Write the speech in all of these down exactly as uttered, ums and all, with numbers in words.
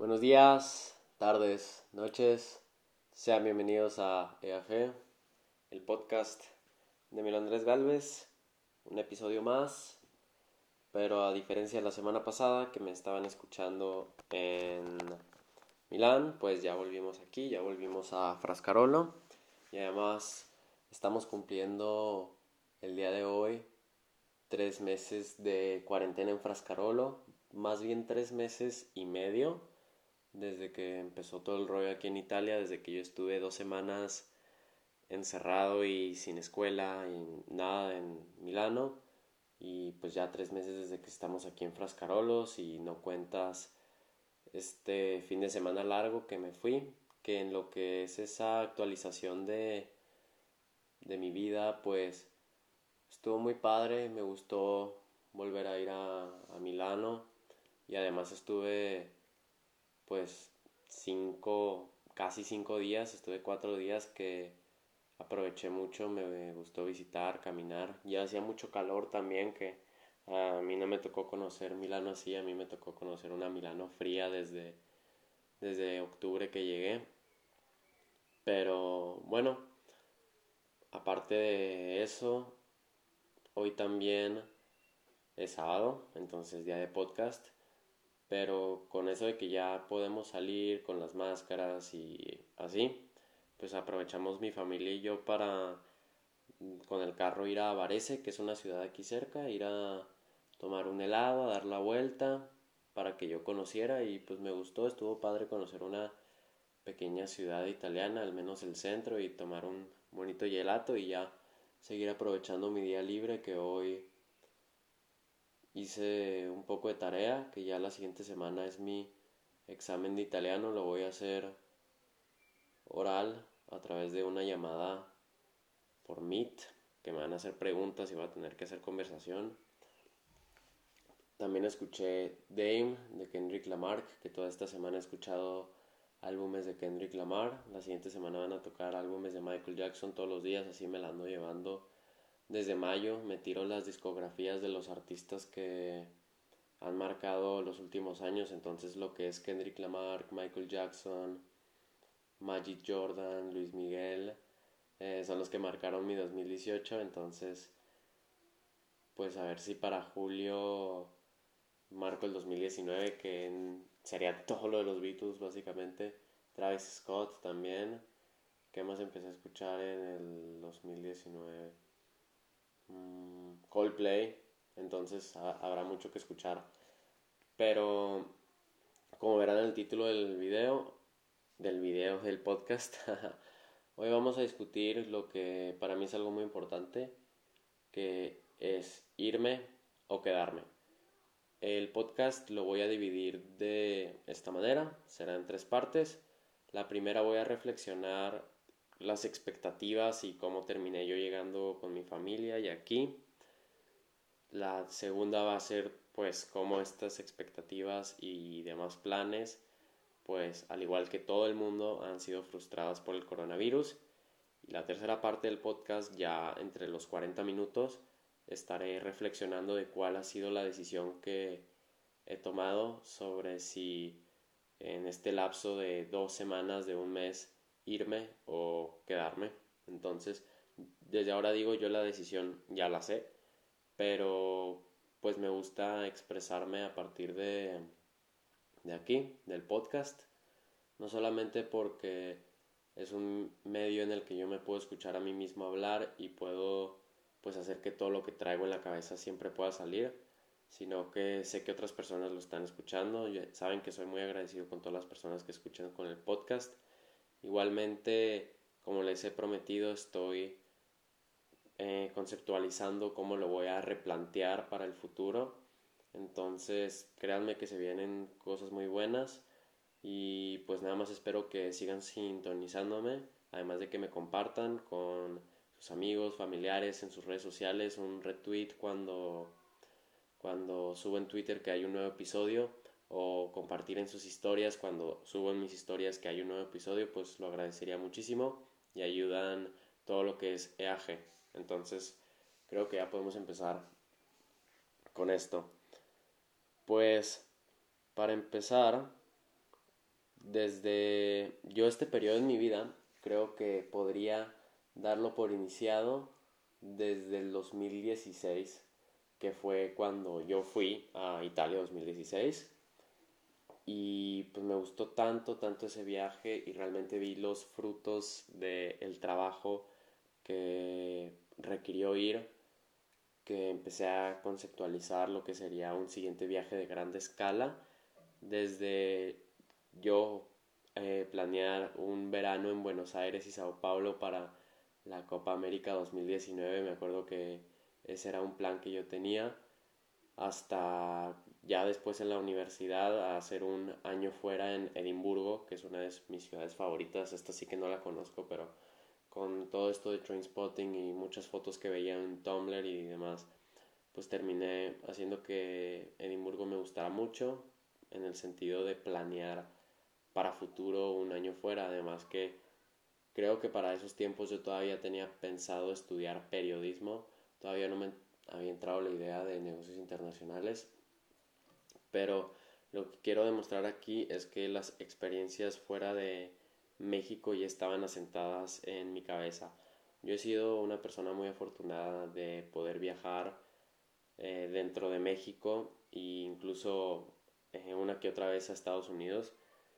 Buenos días, tardes, noches. Sean bienvenidos a E A G, el podcast de Mil Andrés Galvez. Un episodio más, pero a diferencia de la semana pasada que me estaban escuchando en Milán, pues ya volvimos aquí, ya volvimos a Frascarolo. Y además estamos cumpliendo el día de hoy tres meses de cuarentena en Frascarolo, más bien tres meses y medio desde que empezó todo el rollo aquí en Italia, desde que yo estuve dos semanas encerrado y sin escuela y nada en Milano, y pues ya tres meses desde que estamos aquí en Frascarolos, y no cuentas este fin de semana largo que me fui, que en lo que es esa actualización de, de mi vida, pues estuvo muy padre. Me gustó volver a ir a, a Milano, y además estuve pues cinco, casi cinco días, estuve cuatro días que aproveché mucho. Me gustó visitar, caminar. Ya hacía mucho calor también, que a mí no me tocó conocer Milano así, a mí me tocó conocer una Milano fría desde, desde octubre que llegué. Pero bueno, aparte de eso, hoy también es sábado, entonces día de podcast. Pero con eso de que ya podemos salir con las máscaras y así, pues aprovechamos mi familia y yo para con el carro ir a Varese, que es una ciudad aquí cerca, ir a tomar un helado, a dar la vuelta para que yo conociera, y pues me gustó, estuvo padre conocer una pequeña ciudad italiana, al menos el centro, y tomar un bonito gelato y ya seguir aprovechando mi día libre, que hoy hice un poco de tarea, que ya la siguiente semana es mi examen de italiano. Lo voy a hacer oral a través de una llamada por Meet, que me van a hacer preguntas y voy a tener que hacer conversación. También escuché Dame de Kendrick Lamar, que toda esta semana he escuchado álbumes de Kendrick Lamar. La siguiente semana van a tocar álbumes de Michael Jackson todos los días, así me la ando llevando desde mayo. Me tiro las discografías de los artistas que han marcado los últimos años. Entonces lo que es Kendrick Lamar, Michael Jackson, Magic Jordan, Luis Miguel, eh, son los que marcaron mi dos mil dieciocho. Entonces pues a ver si para julio marco el dos mil diecinueve, que en, sería todo lo de los Beatles básicamente. Travis Scott también. ¿Qué más empecé a escuchar en el dos mil diecinueve? Mm, Coldplay. Entonces ha, habrá mucho que escuchar. Pero como verán en el título del video, del video del podcast, hoy vamos a discutir lo que para mí es algo muy importante, que es irme o quedarme. El podcast lo voy a dividir de esta manera, será en tres partes. La primera voy a reflexionar las expectativas y cómo terminé yo llegando con mi familia y aquí. La segunda va a ser pues cómo estas expectativas y demás planes, pues al igual que todo el mundo, han sido frustradas por el coronavirus. Y la tercera parte del podcast, ya entre los cuarenta minutos, estaré reflexionando de cuál ha sido la decisión que he tomado sobre si en este lapso de dos semanas, de un mes, irme o quedarme. Entonces, desde ahora digo, yo la decisión ya la sé, pero pues me gusta expresarme a partir de, de aquí, del podcast, no solamente porque es un medio en el que yo me puedo escuchar a mí mismo hablar y puedo pues hacer que todo lo que traigo en la cabeza siempre pueda salir, sino que sé que otras personas lo están escuchando. Saben que soy muy agradecido con todas las personas que escuchan con el podcast. Igualmente, como les he prometido, estoy eh, conceptualizando cómo lo voy a replantear para el futuro. Entonces, créanme que se vienen cosas muy buenas. Y pues nada más espero que sigan sintonizándome, además de que me compartan con sus amigos, familiares, en sus redes sociales, un retweet cuando, cuando subo en Twitter que hay un nuevo episodio, o compartir en sus historias cuando subo en mis historias que hay un nuevo episodio, pues lo agradecería muchísimo y ayudan todo lo que es E A G. Entonces creo que ya podemos empezar con esto. Pues para empezar, desde yo este periodo en mi vida creo que podría darlo por iniciado desde el dos mil dieciséis, que fue cuando yo fui a Italia dos mil dieciséis. Y pues me gustó tanto, tanto ese viaje y realmente vi los frutos del trabajo que requirió ir, que empecé a conceptualizar lo que sería un siguiente viaje de grande escala, desde yo eh, planear un verano en Buenos Aires y Sao Paulo para la Copa América dos mil diecinueve. Me acuerdo que ese era un plan que yo tenía, hasta ya después en la universidad a hacer un año fuera en Edimburgo, que es una de mis ciudades favoritas. Esta sí que no la conozco, pero con todo esto de Trainspotting y muchas fotos que veía en Tumblr y demás, pues terminé haciendo que Edimburgo me gustara mucho, en el sentido de planear para futuro un año fuera. Además que creo que para esos tiempos yo todavía tenía pensado estudiar periodismo, todavía no me había entrado la idea de negocios internacionales, pero lo que quiero demostrar aquí es que las experiencias fuera de México ya estaban asentadas en mi cabeza. Yo he sido una persona muy afortunada de poder viajar eh, dentro de México e incluso eh, una que otra vez a Estados Unidos,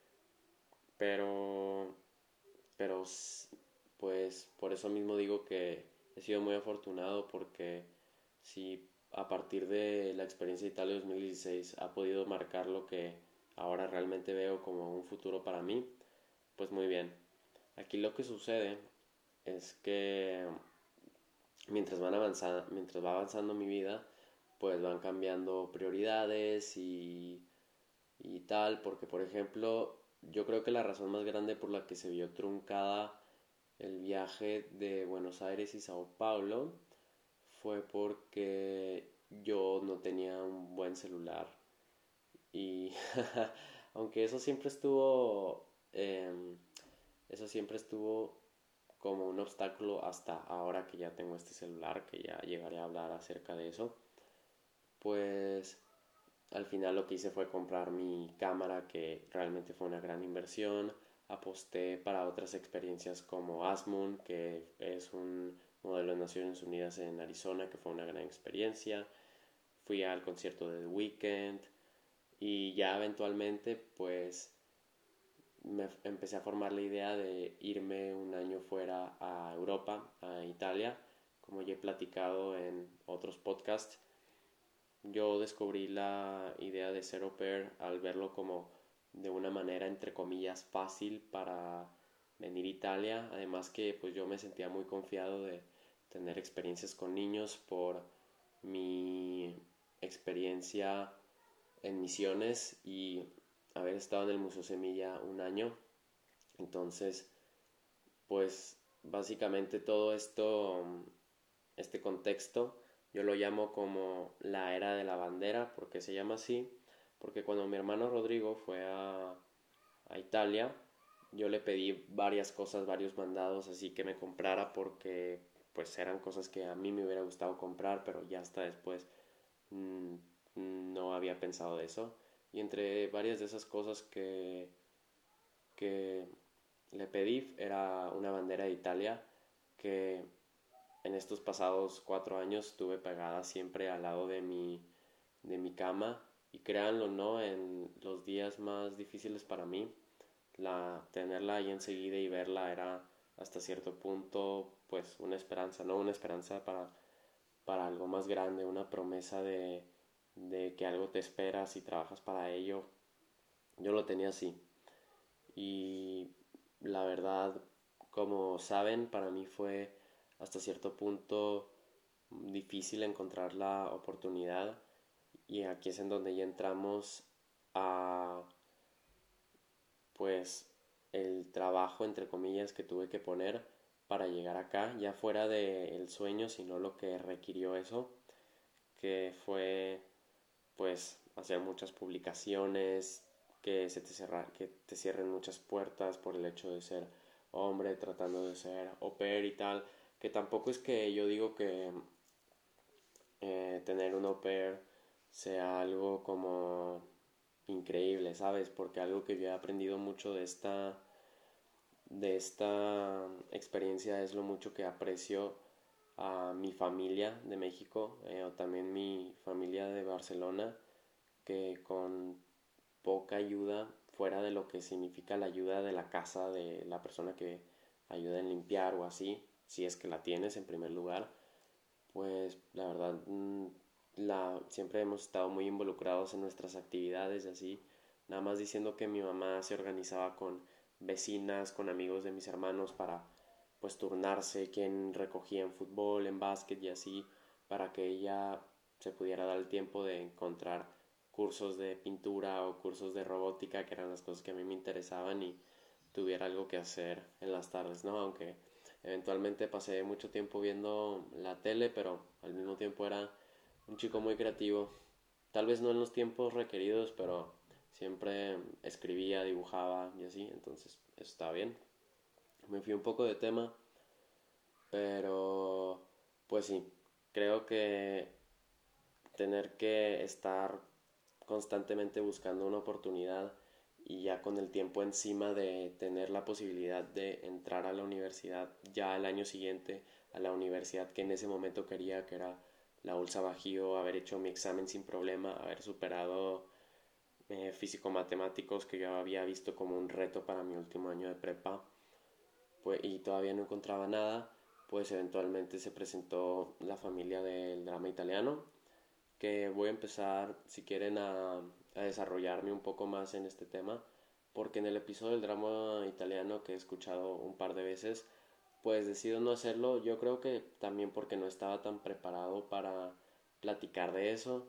pero, pero pues por eso mismo digo que he sido muy afortunado, porque si a partir de la experiencia de Italia dos mil dieciséis ha podido marcar lo que ahora realmente veo como un futuro para mí, pues muy bien. Aquí lo que sucede es que mientras van avanzando, mientras va avanzando mi vida, pues van cambiando prioridades y, y tal, porque por ejemplo, yo creo que la razón más grande por la que se vio truncada el viaje de Buenos Aires y Sao Paulo fue porque yo no tenía un buen celular. Y aunque eso siempre estuvo, eh, eso siempre estuvo como un obstáculo hasta ahora que ya tengo este celular, que ya llegaré a hablar acerca de eso, pues al final lo que hice fue comprar mi cámara, que realmente fue una gran inversión. Aposté para otras experiencias como Asmun, que es un modelo de Naciones Unidas en Arizona, que fue una gran experiencia. Fui al concierto de The Weeknd y ya eventualmente pues me empecé a formar la idea de irme un año fuera a Europa, a Italia, como ya he platicado en otros podcasts. Yo descubrí la idea de ser au pair al verlo como de una manera entre comillas fácil para venir a Italia. Además que pues yo me sentía muy confiado de tener experiencias con niños por mi experiencia en misiones y haber estado en el Museo Semilla un año. Entonces pues básicamente todo esto, este contexto, yo lo llamo como la era de la bandera. ¿Por qué se llama así? Porque cuando mi hermano Rodrigo fue a, a Italia, yo le pedí varias cosas, varios mandados así que me comprara, porque pues eran cosas que a mí me hubiera gustado comprar, pero ya hasta después mmm, no había pensado de eso. Y entre varias de esas cosas que, que le pedí era una bandera de Italia que en estos pasados cuatro años tuve pegada siempre al lado de mi, de mi cama. Y créanlo o no, en los días más difíciles para mí, la, tenerla ahí enseguida y verla era hasta cierto punto pues una esperanza, ¿no? Una esperanza para, para algo más grande, una promesa de, de que algo te espera si trabajas para ello. Yo lo tenía así. Y la verdad, como saben, para mí fue hasta cierto punto difícil encontrar la oportunidad, y aquí es en donde ya entramos a pues el trabajo entre comillas que tuve que poner para llegar acá, ya fuera del sueño, sino lo que requirió eso, que fue pues hacer muchas publicaciones, que se te cerra, que te cierren muchas puertas por el hecho de ser hombre, tratando de ser au pair y tal, que tampoco es que yo digo que eh, tener un au pair sea algo como increíble, ¿sabes? Porque algo que yo he aprendido mucho de esta, de esta experiencia es lo mucho que aprecio a mi familia de México, eh, o también mi familia de Barcelona, que con poca ayuda, fuera de lo que significa la ayuda de la casa, de la persona que ayuda en limpiar o así, si es que la tienes en primer lugar, pues la verdad, mm, la, siempre hemos estado muy involucrados en nuestras actividades y así, nada más diciendo que mi mamá se organizaba con vecinas, con amigos de mis hermanos para pues turnarse, quién recogía en fútbol, en básquet y así, para que ella se pudiera dar el tiempo de encontrar cursos de pintura o cursos de robótica, que eran las cosas que a mí me interesaban, y tuviera algo que hacer en las tardes, ¿no? Aunque eventualmente pasé mucho tiempo viendo la tele, pero al mismo tiempo era un chico muy creativo. Tal vez no en los tiempos requeridos, pero siempre escribía, dibujaba y así, entonces eso estaba bien. Me fui un poco de tema, pero pues sí, creo que tener que estar constantemente buscando una oportunidad y ya con el tiempo encima de tener la posibilidad de entrar a la universidad ya al año siguiente, a la universidad que en ese momento quería, que era la Ulsa Bajío, haber hecho mi examen sin problema, haber superado eh, físico-matemáticos que yo había visto como un reto para mi último año de prepa, pues, y todavía no encontraba nada, pues eventualmente se presentó la familia del drama italiano, que voy a empezar, si quieren, a, a desarrollarme un poco más en este tema, porque en el episodio del drama italiano que he escuchado un par de veces, pues decido no hacerlo. Yo creo que también porque no estaba tan preparado para platicar de eso,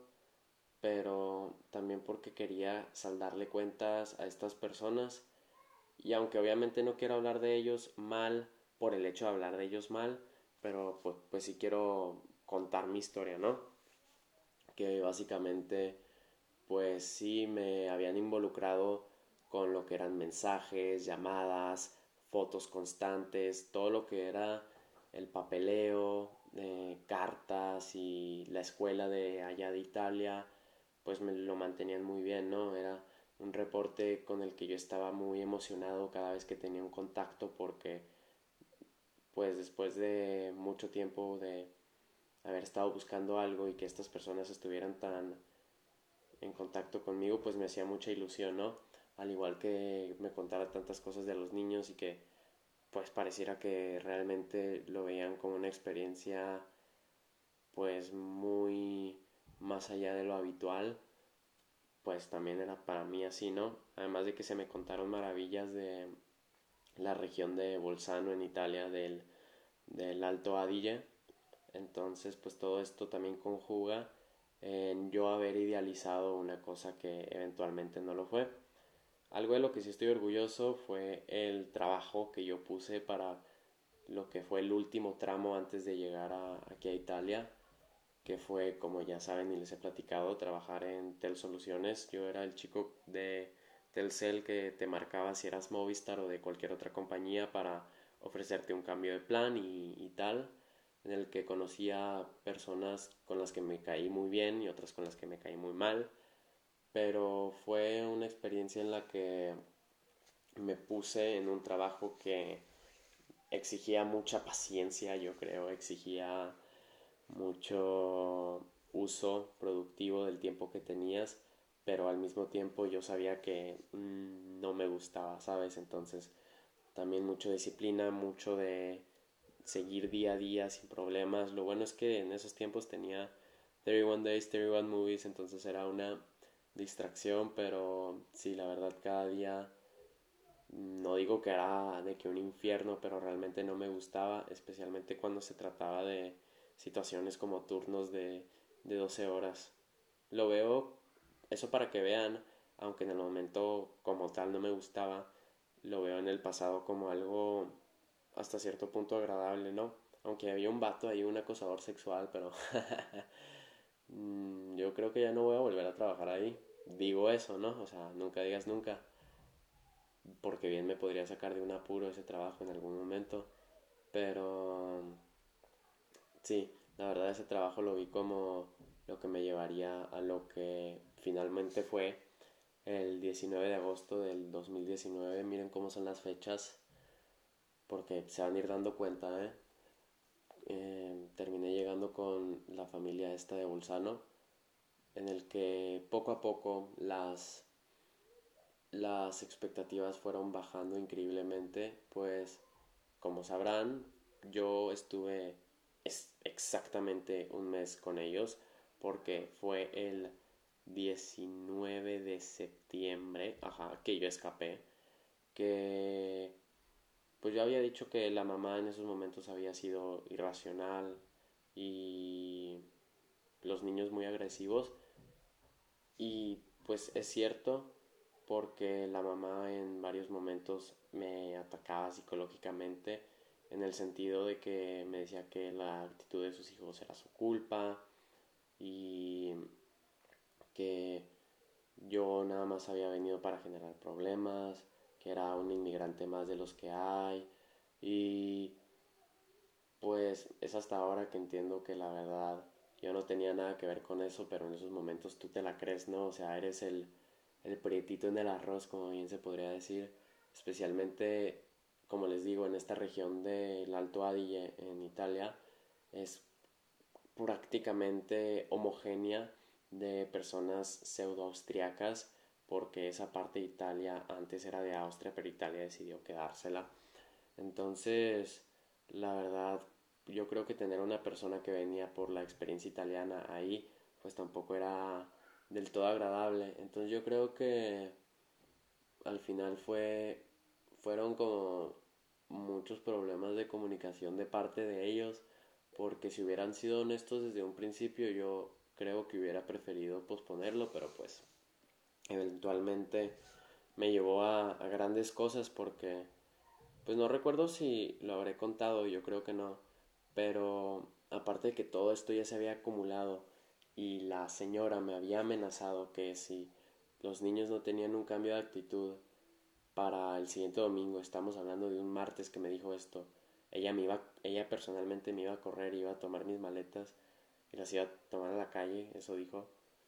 pero también porque quería saldarle cuentas a estas personas, y aunque obviamente no quiero hablar de ellos mal por el hecho de hablar de ellos mal, pero pues, pues sí quiero contar mi historia, ¿no? Que básicamente pues sí me habían involucrado con lo que eran mensajes, llamadas, fotos constantes, todo lo que era el papeleo, eh, cartas y la escuela de allá de Italia, pues me lo mantenían muy bien, ¿no? Era un reporte con el que yo estaba muy emocionado cada vez que tenía un contacto, porque pues después de mucho tiempo de haber estado buscando algo y que estas personas estuvieran tan en contacto conmigo, pues me hacía mucha ilusión, ¿no? Al igual que me contara tantas cosas de los niños y que pues pareciera que realmente lo veían como una experiencia pues muy más allá de lo habitual, pues también era para mí así, ¿no? Además de que se me contaron maravillas de la región de Bolzano en Italia, del, del Alto Adige. Entonces pues todo esto también conjuga en yo haber idealizado una cosa que eventualmente no lo fue. Algo de lo que sí estoy orgulloso fue el trabajo que yo puse para lo que fue el último tramo antes de llegar a, aquí a Italia, que fue, como ya saben y les he platicado, trabajar en Tel Soluciones. Yo era el chico de Telcel que te marcaba si eras Movistar o de cualquier otra compañía para ofrecerte un cambio de plan y, y tal, en el que conocía personas con las que me caí muy bien y otras con las que me caí muy mal, pero fue una experiencia en la que me puse en un trabajo que exigía mucha paciencia, yo creo, exigía mucho uso productivo del tiempo que tenías, pero al mismo tiempo yo sabía que mmm, no me gustaba, ¿sabes? Entonces también mucho disciplina, mucho de seguir día a día sin problemas. Lo bueno es que en esos tiempos tenía treinta y uno Days, treinta y uno Movies, entonces era una distracción, pero sí, la verdad cada día, no digo que era de que un infierno, pero realmente no me gustaba, especialmente cuando se trataba de situaciones como turnos de, de doce horas. Lo veo, eso para que vean, aunque en el momento como tal no me gustaba, lo veo en el pasado como algo hasta cierto punto agradable, ¿no? Aunque había un vato ahí, un acosador sexual, pero mm, yo creo que ya no voy a volver a trabajar ahí. Digo eso, ¿no? O sea, nunca digas nunca, porque bien me podría sacar de un apuro ese trabajo en algún momento, pero sí, la verdad ese trabajo lo vi como lo que me llevaría a lo que finalmente fue el diecinueve de agosto del dos mil diecinueve. Miren cómo son las fechas, porque se van a ir dando cuenta, ¿eh? Eh, terminé llegando con la familia esta de Bolzano, en el que poco a poco las, las expectativas fueron bajando increíblemente, pues como sabrán, yo estuve es- exactamente un mes con ellos, porque fue el diecinueve de septiembre, ajá, que yo escapé, que pues yo había dicho que la mamá en esos momentos había sido irracional y los niños muy agresivos, y pues es cierto, porque la mamá en varios momentos me atacaba psicológicamente, en el sentido de que me decía que la actitud de sus hijos era su culpa y que yo nada más había venido para generar problemas, que era un inmigrante más de los que hay. Y pues es hasta ahora que entiendo que la verdad yo no tenía nada que ver con eso, pero en esos momentos tú te la crees, ¿no? O sea, eres el, el prietito en el arroz, como bien se podría decir, especialmente, como les digo, en esta región del Alto Adige en Italia, es prácticamente homogénea de personas pseudo-austriacas, porque esa parte de Italia antes era de Austria, pero Italia decidió quedársela. Entonces, la verdad, yo creo que tener una persona que venía por la experiencia italiana ahí, pues tampoco era del todo agradable. Entonces yo creo que al final fue, fueron como muchos problemas de comunicación de parte de ellos, porque si hubieran sido honestos desde un principio, yo creo que hubiera preferido posponerlo, pero pues eventualmente me llevó a, a grandes cosas, porque pues no recuerdo si lo habré contado, yo creo que no, pero aparte de que todo esto ya se había acumulado y la señora me había amenazado que si los niños no tenían un cambio de actitud para el siguiente domingo, estamos hablando de un martes que me dijo esto, ella me iba, ella personalmente me iba a correr, iba a tomar mis maletas y las iba a tomar a la calle, eso dijo.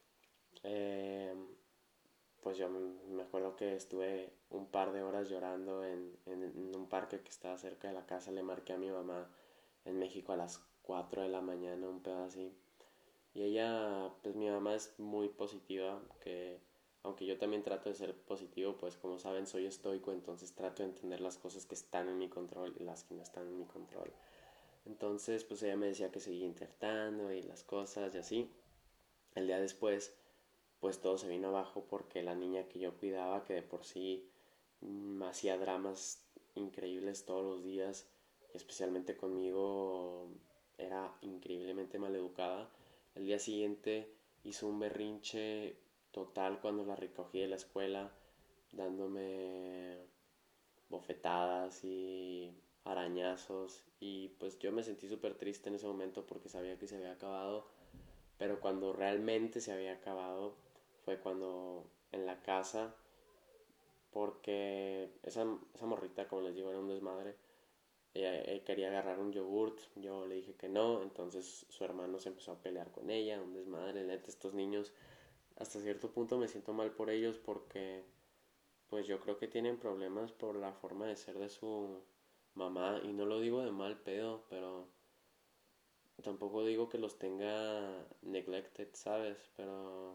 Eh, pues yo me acuerdo que estuve un par de horas llorando en, en, en un parque que estaba cerca de la casa. Le marqué a mi mamá en México a las cuatro de la mañana, un pedo así. Y ella, pues mi mamá es muy positiva, que aunque yo también trato de ser positivo, pues como saben soy estoico, entonces trato de entender las cosas que están en mi control y las que no están en mi control. Entonces, pues ella me decía que seguía intentando y las cosas y así. El día después, pues todo se vino abajo porque la niña que yo cuidaba, que de por sí mmm, hacía dramas increíbles todos los días, y especialmente conmigo, era increíblemente maleducada. El día siguiente hizo un berrinche total cuando la recogí de la escuela, dándome bofetadas y arañazos, y pues yo me sentí súper triste en ese momento porque sabía que se había acabado, pero cuando realmente se había acabado fue cuando en la casa, porque esa, esa morrita, como les digo, era un desmadre. Ella, ella quería agarrar un yogurt, yo le dije que no, entonces su hermano se empezó a pelear con ella, un desmadre. Neta, estos niños, hasta cierto punto me siento mal por ellos, porque pues yo creo que tienen problemas por la forma de ser de su mamá, y no lo digo de mal pedo, pero tampoco digo que los tenga neglected, ¿sabes? Pero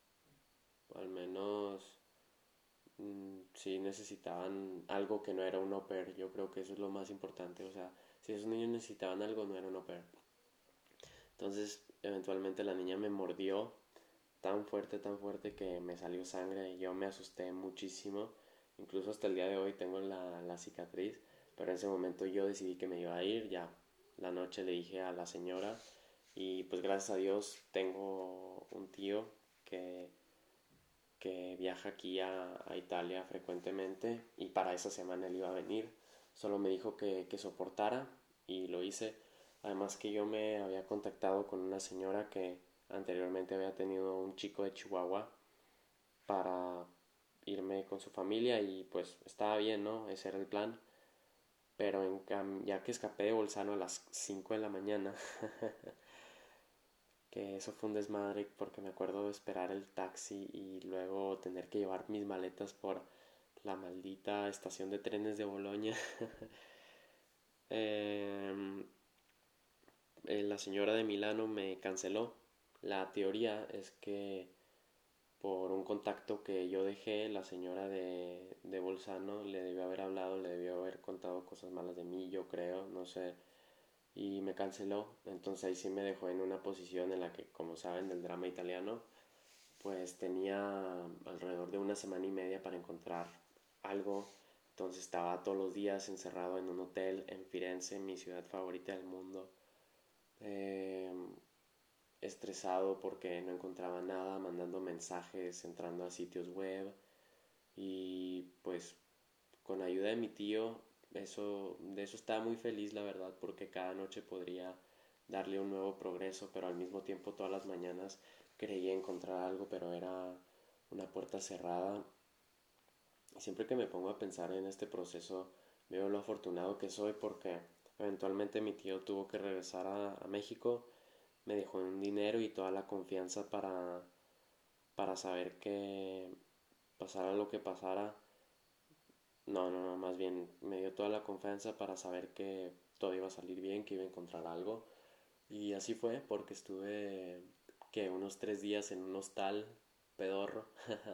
al menos mm, sí necesitaban algo que no era un au pair. Yo creo que eso es lo más importante. O sea, si esos niños necesitaban algo, no era un au pair. Entonces, eventualmente la niña me mordió tan fuerte, tan fuerte que me salió sangre y yo me asusté muchísimo. Incluso hasta el día de hoy tengo la, la cicatriz, pero en ese momento yo decidí que me iba a ir. Ya la noche le dije a la señora, y pues gracias a Dios tengo un tío que que viaja aquí a, a Italia frecuentemente, y para esa semana él iba a venir. Solo me dijo que, que soportara y lo hice. Además que yo me había contactado con una señora que anteriormente había tenido un chico de Chihuahua para irme con su familia, y pues estaba bien, ¿no? Ese era el plan. Pero en cam- ya que escapé de Bolzano a las cinco de la mañana, que eso fue un desmadre porque me acuerdo de esperar el taxi y luego tener que llevar mis maletas por la maldita estación de trenes de Bolonia. eh, eh, la señora de Milano me canceló. La teoría es que por un contacto que yo dejé, la señora de, de Bolzano le debió haber hablado, le debió haber contado cosas malas de mí, yo creo, no sé, y me canceló. Entonces ahí sí me dejó en una posición en la que, como saben, del drama italiano, pues tenía alrededor de una semana y media para encontrar algo. Entonces estaba todos los días encerrado en un hotel en Firenze, mi ciudad favorita del mundo. Eh, Estresado porque no encontraba nada, mandando mensajes, entrando a sitios web y pues con ayuda de mi tío, eso, de eso estaba muy feliz la verdad porque cada noche podría darle un nuevo progreso, pero al mismo tiempo todas las mañanas creía encontrar algo, pero era una puerta cerrada. Y siempre que me pongo a pensar en este proceso, veo lo afortunado que soy porque eventualmente mi tío tuvo que regresar a, a México, me dejó un dinero y toda la confianza para, para saber que pasara lo que pasara. No, no, no, más bien me dio toda la confianza para saber que todo iba a salir bien, que iba a encontrar algo. Y así fue, porque estuve, que unos tres días en un hostal pedorro,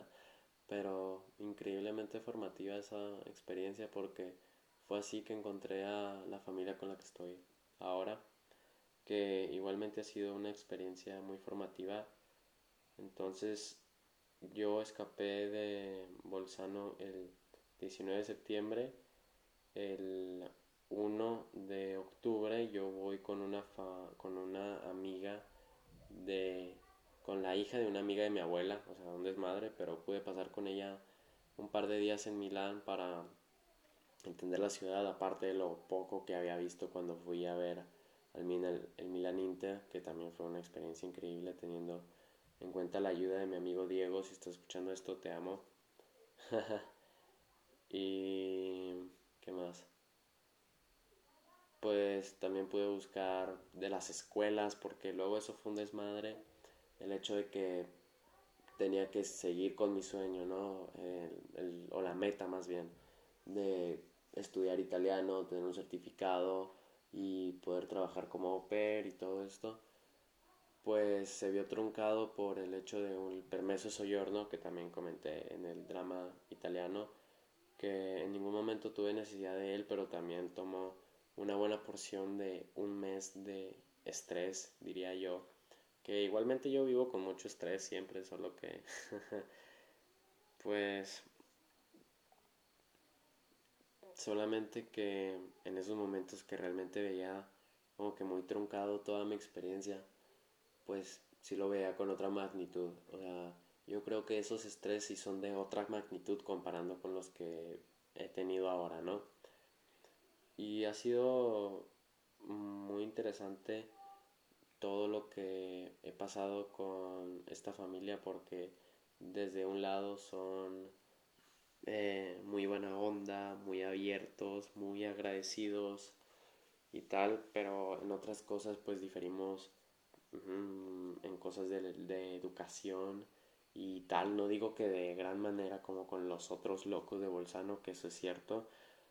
pero increíblemente formativa esa experiencia porque fue así que encontré a la familia con la que estoy ahora, que igualmente ha sido una experiencia muy formativa. Entonces yo escapé de Bolzano el diecinueve de septiembre, el uno de octubre yo voy con una, fa- con una amiga de, con la hija de una amiga de mi abuela, o sea, un desmadre, pero pude pasar con ella un par de días en Milán para entender la ciudad, aparte de lo poco que había visto cuando fui a ver al Milan, el Milan Inter, que también fue una experiencia increíble teniendo en cuenta la ayuda de mi amigo Diego. Si estás escuchando esto, te amo. Y ¿qué más? Pues también pude buscar de las escuelas, porque luego eso fue un desmadre, el hecho de que tenía que seguir con mi sueño, ¿no? El, el, o la meta más bien, de estudiar italiano, tener un certificado y poder trabajar como au pair y todo esto, pues se vio truncado por el hecho de un permeso de soggiorno que también comenté en el drama italiano, que en ningún momento tuve necesidad de él, pero también tomó una buena porción de un mes de estrés, diría yo, que igualmente yo vivo con mucho estrés siempre, solo que pues solamente que en esos momentos que realmente veía como que muy truncado toda mi experiencia, pues sí lo veía con otra magnitud. O sea, yo creo que esos estrés sí son de otra magnitud comparando con los que he tenido ahora, ¿no? Y ha sido muy interesante todo lo que he pasado con esta familia porque desde un lado son eh, muy buena onda, muy abiertos, muy agradecidos y tal, pero en otras cosas pues diferimos mm, en cosas de, de educación y tal. No digo que de gran manera como con los otros locos de Bolzano, que eso es cierto,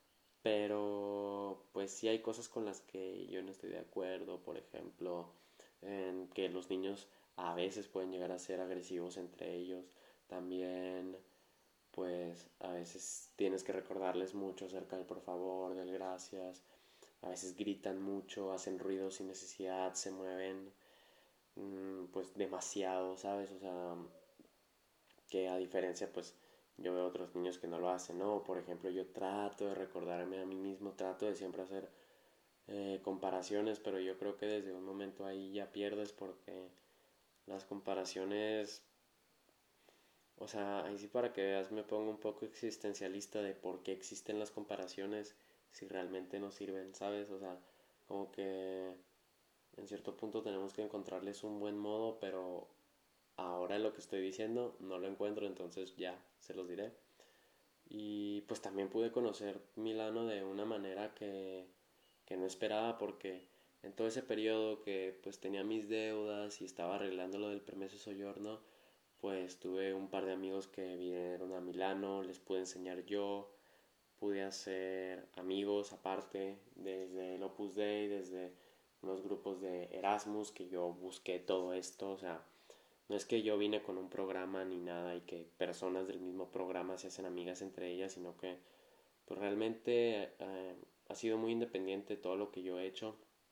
pero pues sí hay cosas con las que yo no estoy de acuerdo. Por ejemplo, en que los niños a veces pueden llegar a ser agresivos entre ellos. También pues a veces tienes que recordarles mucho acerca del por favor, del gracias. A veces gritan mucho, hacen ruido sin necesidad, se mueven mmm, pues demasiado, ¿sabes? O sea, que a diferencia pues yo veo otros niños que no lo hacen, ¿no? Por ejemplo, yo trato de recordarme a mí mismo, trato de siempre hacer eh, comparaciones, pero yo creo que desde un momento ahí ya pierdes porque las comparaciones, o sea, ahí sí para que veas me pongo un poco existencialista de por qué existen las comparaciones si realmente no sirven, ¿sabes? O sea, como que en cierto punto tenemos que encontrarles un buen modo, pero ahora lo que estoy diciendo no lo encuentro, entonces ya se los diré. Y pues también pude conocer Milano de una manera que, que no esperaba porque en todo ese periodo que pues tenía mis deudas y estaba arreglando lo del permiso de soggiorno, pues tuve un par de amigos que vinieron a Milano, les pude enseñar yo, pude hacer amigos aparte desde el Opus Dei, desde unos grupos de Erasmus que yo busqué todo esto, o sea, no es que yo vine con un programa ni nada y que personas del mismo programa se hacen amigas entre ellas, sino que pues realmente eh, ha sido muy independiente todo lo que yo he hecho.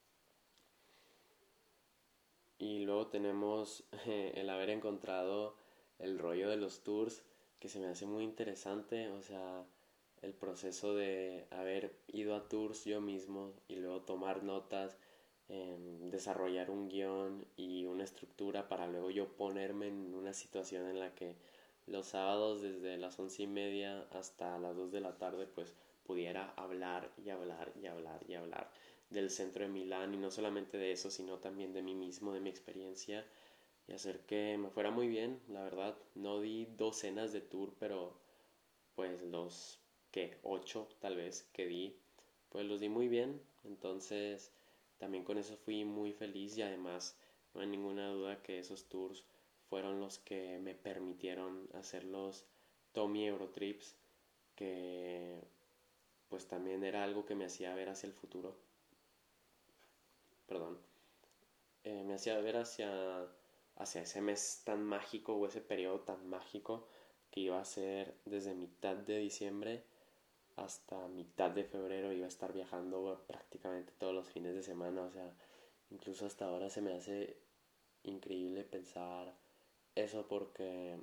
Y luego tenemos eh, el haber encontrado el rollo de los tours, que se me hace muy interesante, o sea, el proceso de haber ido a tours yo mismo y luego tomar notas, eh, desarrollar un guión y una estructura para luego yo ponerme en una situación en la que los sábados desde las once y media hasta las dos de la tarde pues pudiera hablar y hablar y hablar y hablar del centro de Milán y no solamente de eso sino también de mí mismo, de mi experiencia y hacer que me fuera muy bien, la verdad. No di docenas de tour, pero pues los que ocho tal vez que di, pues los di muy bien. Entonces también con eso fui muy feliz y además no hay ninguna duda que esos tours fueron los que me permitieron hacer los Tommy Eurotrips, que pues también era algo que me hacía ver hacia el futuro, perdón, eh, me hacía ver hacia, hacia ese mes tan mágico o ese periodo tan mágico que iba a ser desde mitad de diciembre hasta mitad de febrero. Iba a estar viajando prácticamente todos los fines de semana, o sea, incluso hasta ahora se me hace increíble pensar eso porque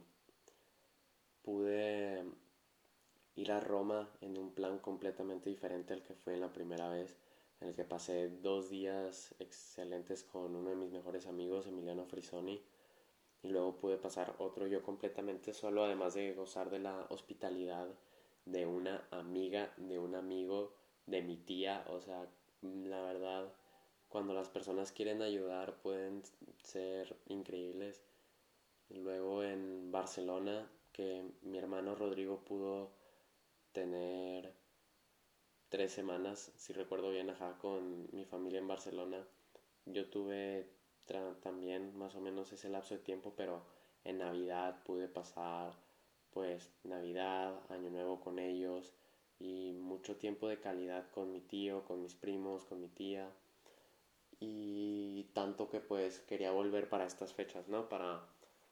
pude ir a Roma en un plan completamente diferente al que fue en la primera vez, en el que pasé dos días excelentes con uno de mis mejores amigos, Emiliano Frisoni, y luego pude pasar otro yo completamente solo, además de gozar de la hospitalidad de una amiga, de un amigo, de mi tía, o sea, la verdad, cuando las personas quieren ayudar pueden ser increíbles. Y luego en Barcelona, que mi hermano Rodrigo pudo tener tres semanas, si recuerdo bien, ajá, con mi familia en Barcelona. Yo tuve tra- también más o menos ese lapso de tiempo, pero en Navidad pude pasar pues Navidad, Año Nuevo con ellos y mucho tiempo de calidad con mi tío, con mis primos, con mi tía y tanto que pues quería volver para estas fechas, ¿no? Para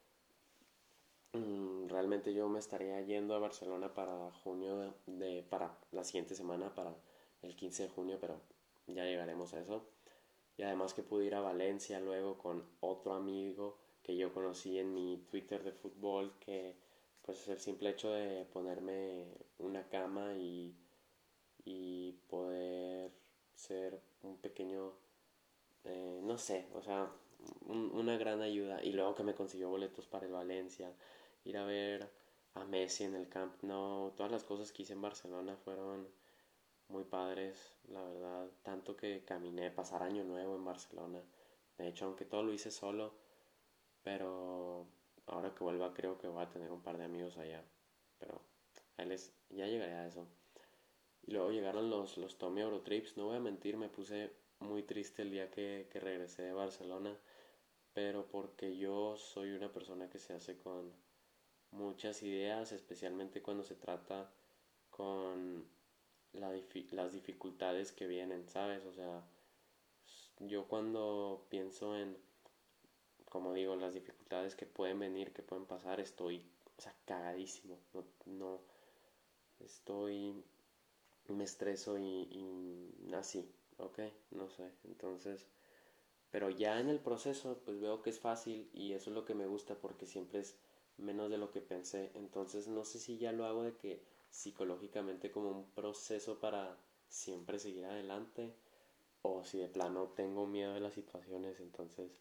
mm, realmente yo me estaría yendo a Barcelona para junio de, de para la siguiente semana para el quince de junio, pero ya llegaremos a eso. Y además que pude ir a Valencia luego con otro amigo que yo conocí en mi Twitter de fútbol, que pues el simple hecho de ponerme una cama y, y poder ser un pequeño, eh, no sé, o sea, un- una gran ayuda. Y luego que me consiguió boletos para el Valencia, ir a ver a Messi en el Camp Nou, todas las cosas que hice en Barcelona fueron muy padres, la verdad. Tanto que caminé, pasar año nuevo en Barcelona. De hecho, aunque todo lo hice solo, pero ahora que vuelva creo que voy a tener un par de amigos allá. Pero ahí les, ya llegaré a eso. Y luego llegaron los, los Tommy Eurotrips. No voy a mentir, me puse muy triste el día que, que regresé de Barcelona. Pero porque yo soy una persona que se hace con muchas ideas, especialmente cuando se trata con la difi- las dificultades que vienen, ¿sabes? O sea, yo cuando pienso en, como digo, las dificultades que pueden venir, que pueden pasar, estoy, o sea, cagadísimo. No, no estoy, me estreso y, y así, ¿ok? No sé, entonces, pero ya en el proceso, pues veo que es fácil y eso es lo que me gusta porque siempre es menos de lo que pensé. Entonces, no sé si ya lo hago de que psicológicamente como un proceso para siempre seguir adelante o si de plano tengo miedo de las situaciones, entonces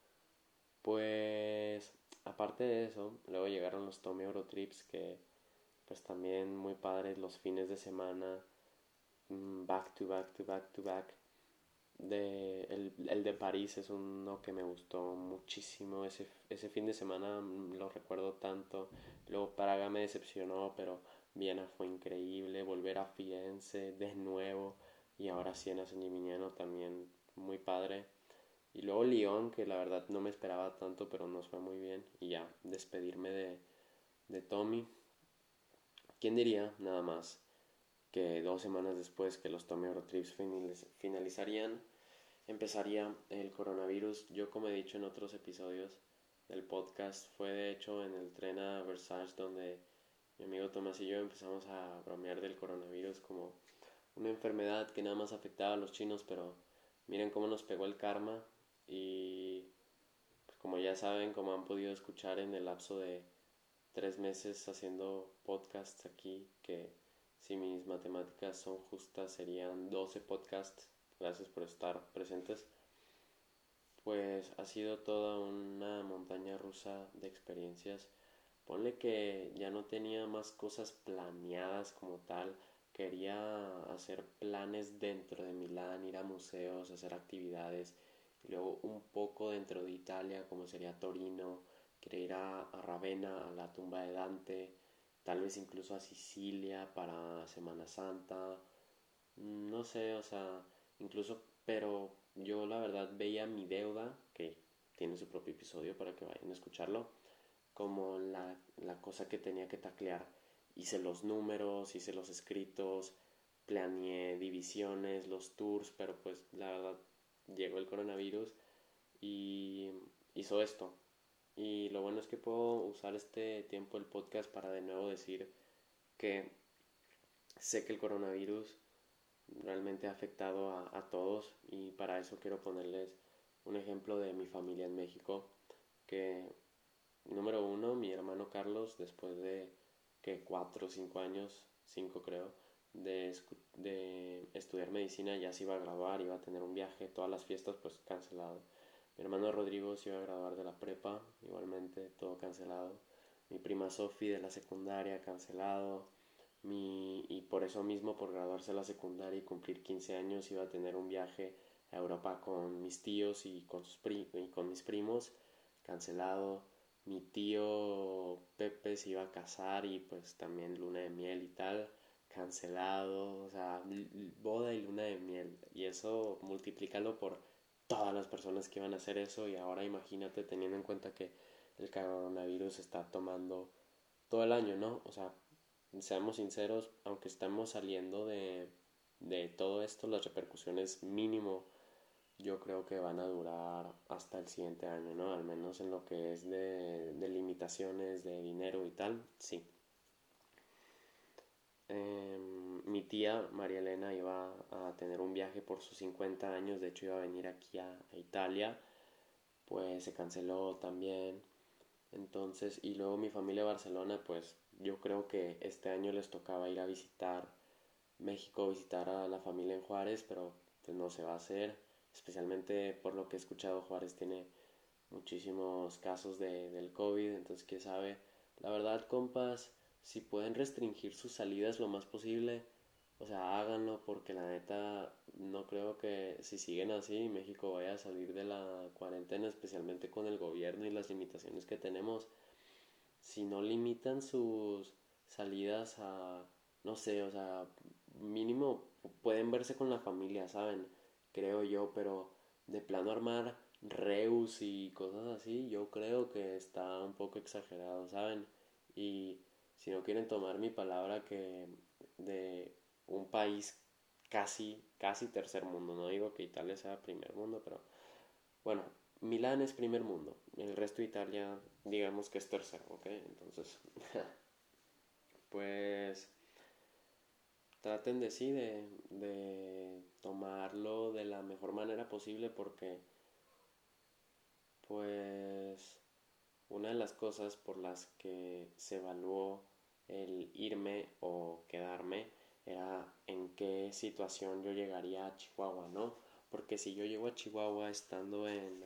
pues aparte de eso, luego llegaron los Tommy Eurotrips que pues también muy padres los fines de semana, mm, back to back to back to back. De, el, el de París es uno que me gustó muchísimo, ese, ese fin de semana mm, lo recuerdo tanto. Luego Praga me decepcionó, pero Viena fue increíble, volver a Firenze de nuevo y ahora Siena San Gimignano también muy padre. Y luego Lyon, que la verdad no me esperaba tanto, pero nos fue muy bien. Y ya, despedirme de, de Tommy. ¿Quién diría, nada más, que dos semanas después que los Tommy Eurotrips finalizarían, empezaría el coronavirus? Yo, como he dicho en otros episodios del podcast, fue de hecho en el tren a Versailles donde mi amigo Tomás y yo empezamos a bromear del coronavirus como una enfermedad que nada más afectaba a los chinos, pero miren cómo nos pegó el karma. Y pues, como ya saben, como han podido escuchar en el lapso de tres meses haciendo podcasts aquí, que si mis matemáticas son justas serían doce podcasts, gracias por estar presentes, pues ha sido toda una montaña rusa de experiencias. Ponle que ya no tenía más cosas planeadas como tal. Quería hacer planes dentro de Milán, ir a museos, hacer actividades. Y luego un poco dentro de Italia, como sería Torino. Quería ir a, a Ravenna, a la tumba de Dante. Tal vez incluso a Sicilia para Semana Santa. No sé, o sea, incluso, pero yo la verdad veía mi deuda, que tiene su propio episodio para que vayan a escucharlo, como la, la cosa que tenía que taclear. Hice los números, hice los escritos, planeé divisiones, los tours, pero pues la verdad llegó el coronavirus y hizo esto. Y lo bueno es que puedo usar este tiempo el podcast para de nuevo decir que sé que el coronavirus realmente ha afectado a, a todos, y para eso quiero ponerles un ejemplo de mi familia en México, que número uno, mi hermano Carlos, después de que cuatro o cinco años, cinco creo, de, de estudiar medicina, ya se iba a graduar, iba a tener un viaje, todas las fiestas pues cancelado. Mi hermano Rodrigo se iba a graduar de la prepa, igualmente todo cancelado. Mi prima Sofi de la secundaria, cancelado. Mi, y por eso mismo, por graduarse de la secundaria y cumplir quince años, iba a tener un viaje a Europa con mis tíos y con, sus pri y con mis primos, cancelado. Mi tío Pepe se iba a casar y pues también luna de miel y tal, cancelado. O sea, boda y luna de miel, y eso multiplícalo por todas las personas que iban a hacer eso. Y ahora imagínate, teniendo en cuenta que el coronavirus está tomando todo el año, ¿no? O sea, seamos sinceros, aunque estamos saliendo de, de todo esto, las repercusiones mínimo yo creo que van a durar hasta el siguiente año, ¿no? Al menos en lo que es de, de limitaciones de dinero y tal, sí. Eh, mi tía María Elena iba a tener un viaje por sus cincuenta años, de hecho iba a venir aquí a, a Italia, pues se canceló también. Entonces, y luego mi familia de Barcelona, pues yo creo que este año les tocaba ir a visitar México, visitar a la familia en Juárez, pero pues no se va a hacer, especialmente por lo que he escuchado. Juárez tiene muchísimos casos de, del COVID, entonces quién sabe. La verdad, compas, si pueden restringir sus salidas lo más posible, o sea, háganlo, porque la neta no creo que si siguen así México vaya a salir de la cuarentena, especialmente con el gobierno y las limitaciones que tenemos. Si no limitan sus salidas a, no sé, o sea, mínimo pueden verse con la familia, ¿saben? Creo yo, pero de plano armar reus y cosas así, yo creo que está un poco exagerado, ¿saben? Y si no quieren tomar mi palabra, que de un país casi, casi tercer mundo, no digo que Italia sea primer mundo, pero bueno, Milán es primer mundo, el resto de Italia digamos que es tercero, ¿ok? Entonces, pues traten de sí, de, de tomarlo de la mejor manera posible, porque pues una de las cosas por las que se evaluó el irme o quedarme era en qué situación yo llegaría a Chihuahua, ¿no? Porque si yo llego a Chihuahua estando en,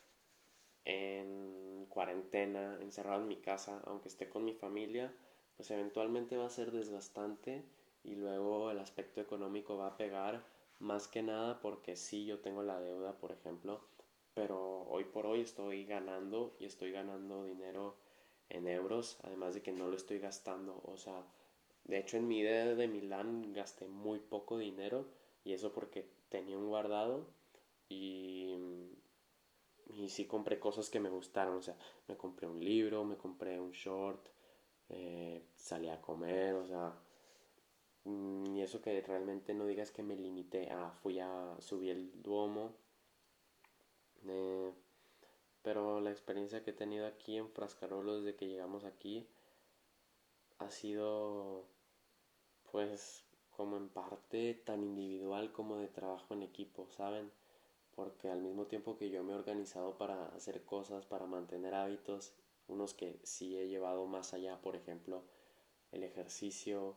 en cuarentena, encerrado en mi casa, aunque esté con mi familia, pues eventualmente va a ser desgastante, y luego el aspecto económico va a pegar, más que nada porque sí, yo tengo la deuda, por ejemplo, pero hoy por hoy estoy ganando, y estoy ganando dinero en euros, además de que no lo estoy gastando. O sea, de hecho en mi idea de Milán gasté muy poco dinero, y eso porque tenía un guardado, y, y sí compré cosas que me gustaron, o sea, me compré un libro, me compré un short, eh, salí a comer, o sea, mm, y eso que realmente no digas que me limité a, fui a subir el Duomo, eh, pero la experiencia que he tenido aquí en Frascarolo desde que llegamos aquí ha sido pues como en parte tan individual como de trabajo en equipo, ¿saben? Porque al mismo tiempo que yo me he organizado para hacer cosas, para mantener hábitos, unos que sí he llevado más allá, por ejemplo, el ejercicio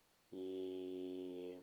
y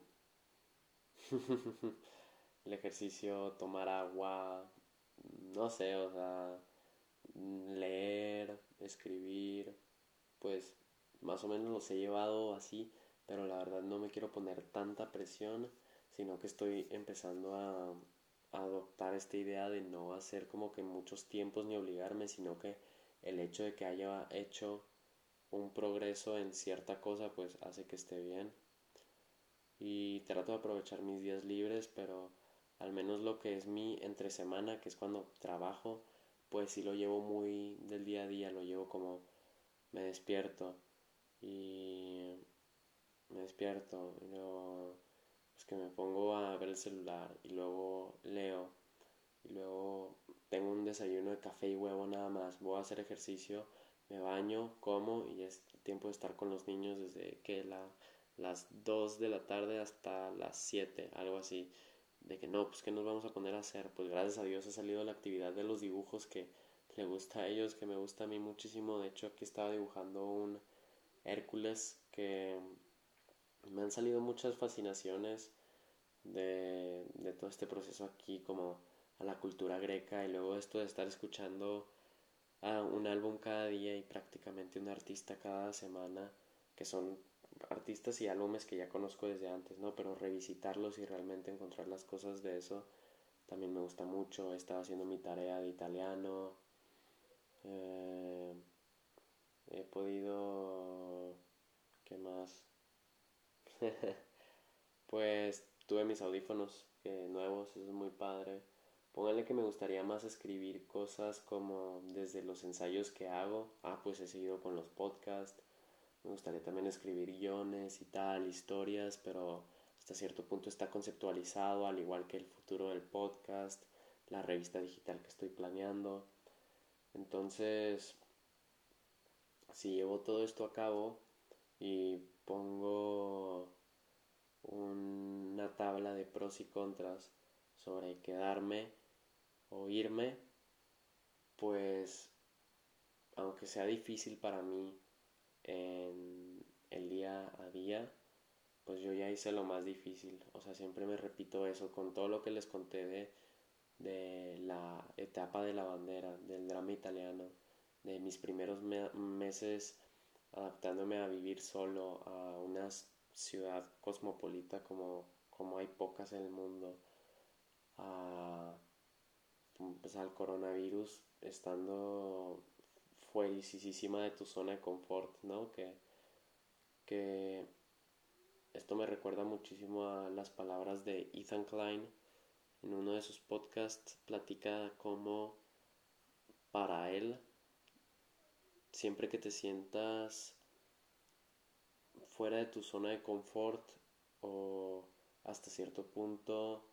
el ejercicio, tomar agua, no sé, o sea, leer, escribir, pues más o menos los he llevado así, pero la verdad no me quiero poner tanta presión, sino que estoy empezando a, a adoptar esta idea de no hacer como que muchos tiempos ni obligarme, sino que el hecho de que haya hecho un progreso en cierta cosa pues hace que esté bien y trato de aprovechar mis días libres, pero al menos lo que es mi entre semana, que es cuando trabajo, pues sí lo llevo muy del día a día, lo llevo como me despierto y me despierto y luego pues que me pongo a ver el celular y luego leo y luego tengo un desayuno de café y huevo nada más, voy a hacer ejercicio, me baño, como y ya es tiempo de estar con los niños desde que la, las dos de la tarde hasta las siete, algo así, de que no, pues que nos vamos a poner a hacer, pues gracias a Dios ha salido la actividad de los dibujos que le gusta a ellos, que me gusta a mí muchísimo, de hecho aquí estaba dibujando un Hércules que me han salido muchas fascinaciones de, de todo este proceso aquí como a la cultura greca y luego esto de estar escuchando a un álbum cada día y prácticamente un artista cada semana, que son artistas y álbumes que ya conozco desde antes, ¿no? Pero revisitarlos y realmente encontrar las cosas de eso también me gusta mucho. He estado haciendo mi tarea de italiano, eh, he podido... ¿Qué más? Pues tuve mis audífonos eh, nuevos, eso es muy padre. Póngale que me gustaría más escribir cosas como desde los ensayos que hago. Ah, pues he seguido con los podcasts. Me gustaría también escribir guiones y tal, historias, pero hasta cierto punto está conceptualizado, al igual que el futuro del podcast, la revista digital que estoy planeando. Entonces, si llevo todo esto a cabo y pongo una tabla de pros y contras sobre quedarme o irme, pues aunque sea difícil para mí en el día a día, pues yo ya hice lo más difícil. O sea, siempre me repito eso con todo lo que les conté de, de la etapa de la bandera, del drama italiano, de mis primeros me- meses adaptándome a vivir solo a una ciudad cosmopolita como, como hay pocas en el mundo, a, pues, al coronavirus estando fuerisísima de tu zona de confort, ¿no? Que, que esto me recuerda muchísimo a las palabras de Ethan Klein. En uno de sus podcasts platica cómo para él, siempre que te sientas fuera de tu zona de confort o hasta cierto punto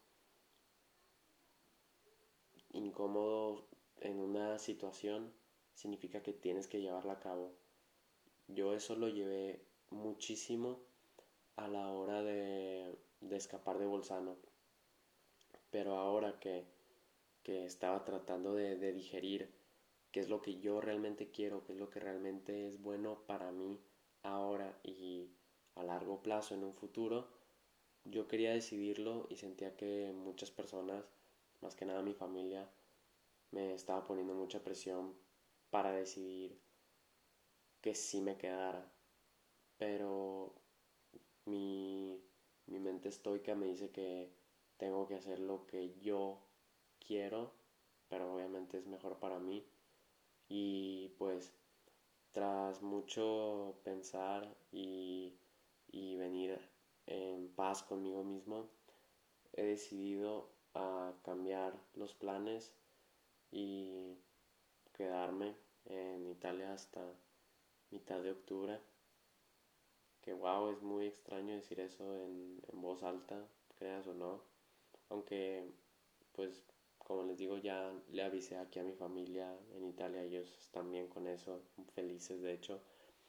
incómodo en una situación, significa que tienes que llevarla a cabo. Yo eso lo llevé muchísimo a la hora de, de escapar de Bolzano, pero ahora que, que estaba tratando de, de digerir qué es lo que yo realmente quiero, qué es lo que realmente es bueno para mí ahora y a largo plazo en un futuro, yo quería decidirlo y sentía que muchas personas, más que nada mi familia, me estaba poniendo mucha presión para decidir que sí me quedara. Pero mi, mi mente estoica me dice que tengo que hacer lo que yo quiero, pero obviamente es mejor para mí. Y pues tras mucho pensar y, y venir en paz conmigo mismo, he decidido a cambiar los planes y quedarme en Italia hasta mitad de octubre. Que wow, es muy extraño decir eso en, en voz alta, creas o no. Aunque, pues, como les digo, ya le avisé aquí a mi familia en Italia, ellos están bien con eso, felices de hecho.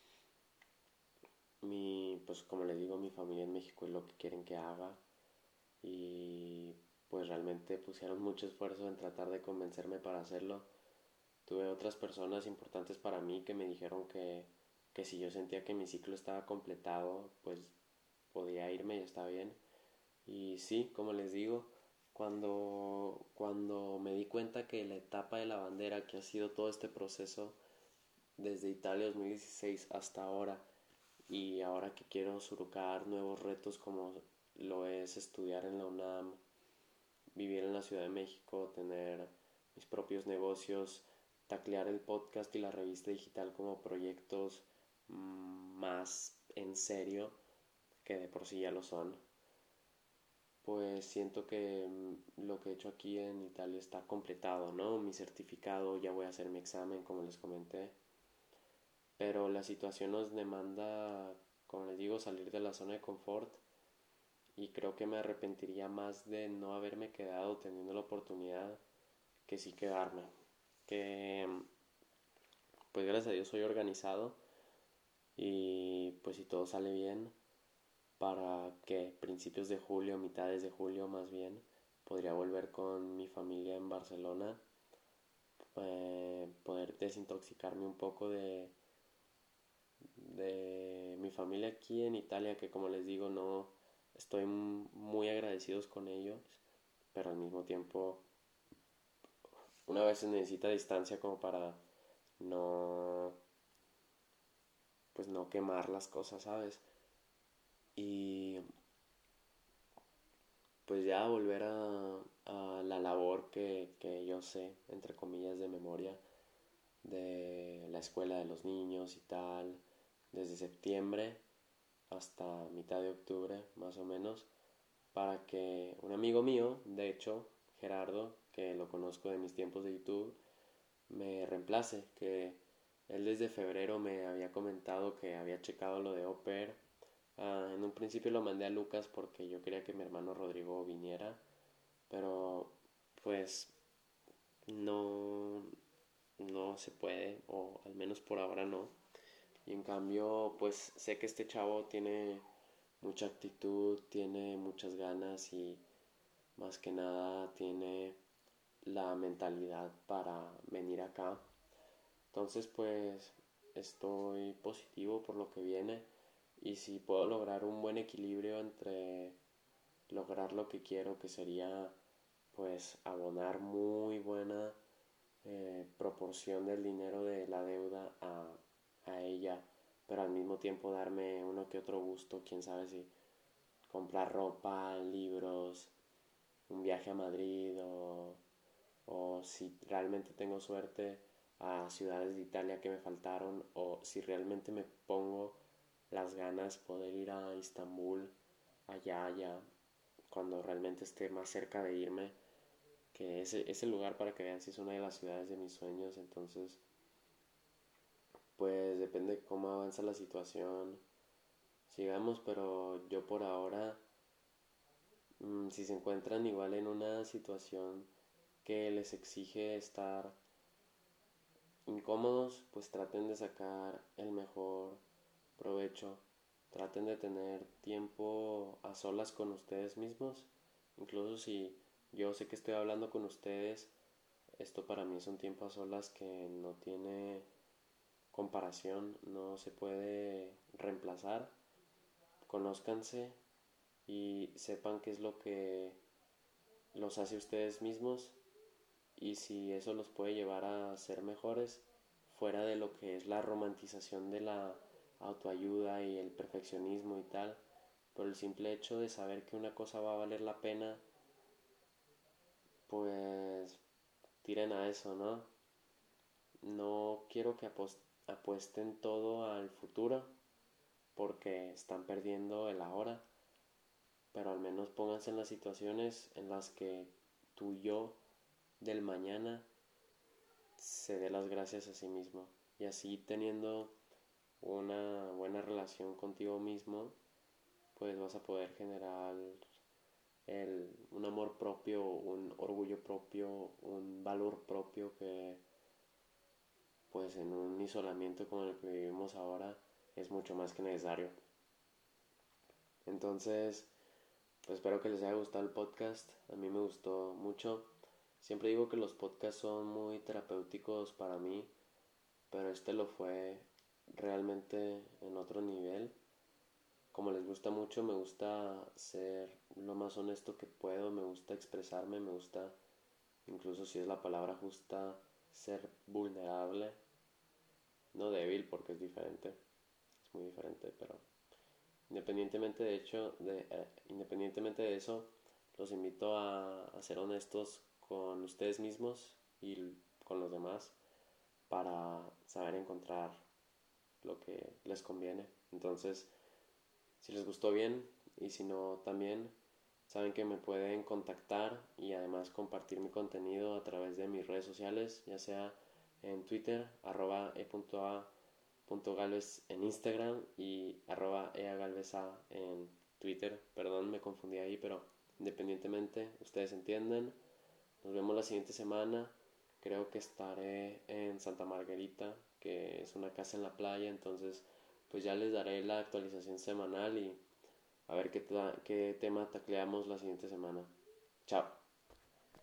Mi, pues como les digo, mi familia en México es lo que quieren que haga y pues realmente pusieron mucho esfuerzo en tratar de convencerme para hacerlo. Tuve otras personas importantes para mí que me dijeron que, que si yo sentía que mi ciclo estaba completado, pues podía irme y estaba bien. Y sí, como les digo, cuando, cuando me di cuenta que la etapa de la bandera, que ha sido todo este proceso desde Italia dos mil dieciséis hasta ahora, y ahora que quiero surcar nuevos retos como lo es estudiar en la UNAM, vivir en la Ciudad de México, tener mis propios negocios, taclear el podcast y la revista digital como proyectos mmm, más en serio, que de por sí ya lo son, pues siento que mm, lo que he hecho aquí en Italia está completado, ¿no? Mi certificado, ya voy a hacer mi examen, como les comenté, pero la situación nos demanda, como les digo, salir de la zona de confort y creo que me arrepentiría más de no haberme quedado teniendo la oportunidad que sí quedarme. Que pues gracias a Dios soy organizado y pues si todo sale bien, para que principios de julio, mitades de julio más bien, podría volver con mi familia en Barcelona, eh, poder desintoxicarme un poco de, de mi familia aquí en Italia, que como les digo, no estoy muy agradecidos con ellos, pero al mismo tiempo una vez se necesita distancia como para no, pues no quemar las cosas, ¿sabes? Y pues ya volver a, a la labor que, que yo sé, entre comillas, de memoria, de la escuela de los niños y tal, desde septiembre hasta mitad de octubre, más o menos, para que un amigo mío, de hecho, Gerardo, que lo conozco de mis tiempos de YouTube, me reemplace, que él desde febrero me había comentado que había checado lo de Au Pair. Uh, en un principio lo mandé a Lucas porque yo quería que mi hermano Rodrigo viniera, pero pues no, no se puede, o al menos por ahora no. Y en cambio, pues sé que este chavo tiene mucha actitud, tiene muchas ganas y más que nada tiene la mentalidad para venir acá. Entonces, pues estoy positivo por lo que viene y si puedo lograr un buen equilibrio entre lograr lo que quiero, que sería pues abonar muy buena eh, proporción del dinero de la deuda a, a ella, pero al mismo tiempo darme uno que otro gusto, quién sabe si comprar ropa, libros, un viaje a Madrid o, o si realmente tengo suerte a ciudades de Italia que me faltaron o si realmente me pongo las ganas poder ir a Istambul allá, allá, cuando realmente esté más cerca de irme, que ese, ese lugar para que vean si es una de las ciudades de mis sueños, entonces pues depende de cómo avanza la situación, sigamos, pero yo por ahora, mmm, si se encuentran igual en una situación que les exige estar incómodos, pues traten de sacar el mejor provecho, traten de tener tiempo a solas con ustedes mismos, incluso si yo sé que estoy hablando con ustedes, esto para mí es un tiempo a solas que no tiene comparación, no se puede reemplazar. Conózcanse y sepan qué es lo que los hace ustedes mismos y si eso los puede llevar a ser mejores fuera de lo que es la romantización de la autoayuda y el perfeccionismo y tal, por el simple hecho de saber que una cosa va a valer la pena, pues tiren a eso, ¿no? No quiero que apuesten todo al futuro porque están perdiendo el ahora, pero al menos pónganse en las situaciones en las que tu yo del mañana se dé las gracias a sí mismo. Y así teniendo una buena relación contigo mismo, pues vas a poder generar el, un amor propio, un orgullo propio, un valor propio que pues en un isolamiento como el que vivimos ahora es mucho más que necesario. Entonces, pues espero que les haya gustado el podcast. A mí me gustó mucho. Siempre digo que los podcasts son muy terapéuticos para mí, pero este lo fue realmente en otro nivel. Como les gusta mucho, me gusta ser lo más honesto que puedo, me gusta expresarme, me gusta, incluso si es la palabra justa, ser vulnerable, no débil porque es diferente, es muy diferente, pero independientemente de hecho, de, eh, independientemente de eso, los invito a, a ser honestos con ustedes mismos y con los demás para saber encontrar lo que les conviene. Entonces, si les gustó bien y si no también, saben que me pueden contactar y además compartir mi contenido a través de mis redes sociales, ya sea en Twitter, arroba e.a.galvez en Instagram y arroba eagalveza en Twitter. Perdón, me confundí ahí, pero independientemente, ustedes entienden. Nos vemos la siguiente semana. Creo que estaré en Santa Margarita, que es una casa en la playa, entonces pues ya les daré la actualización semanal y a ver qué, ta- qué tema tacleamos la siguiente semana. Chao.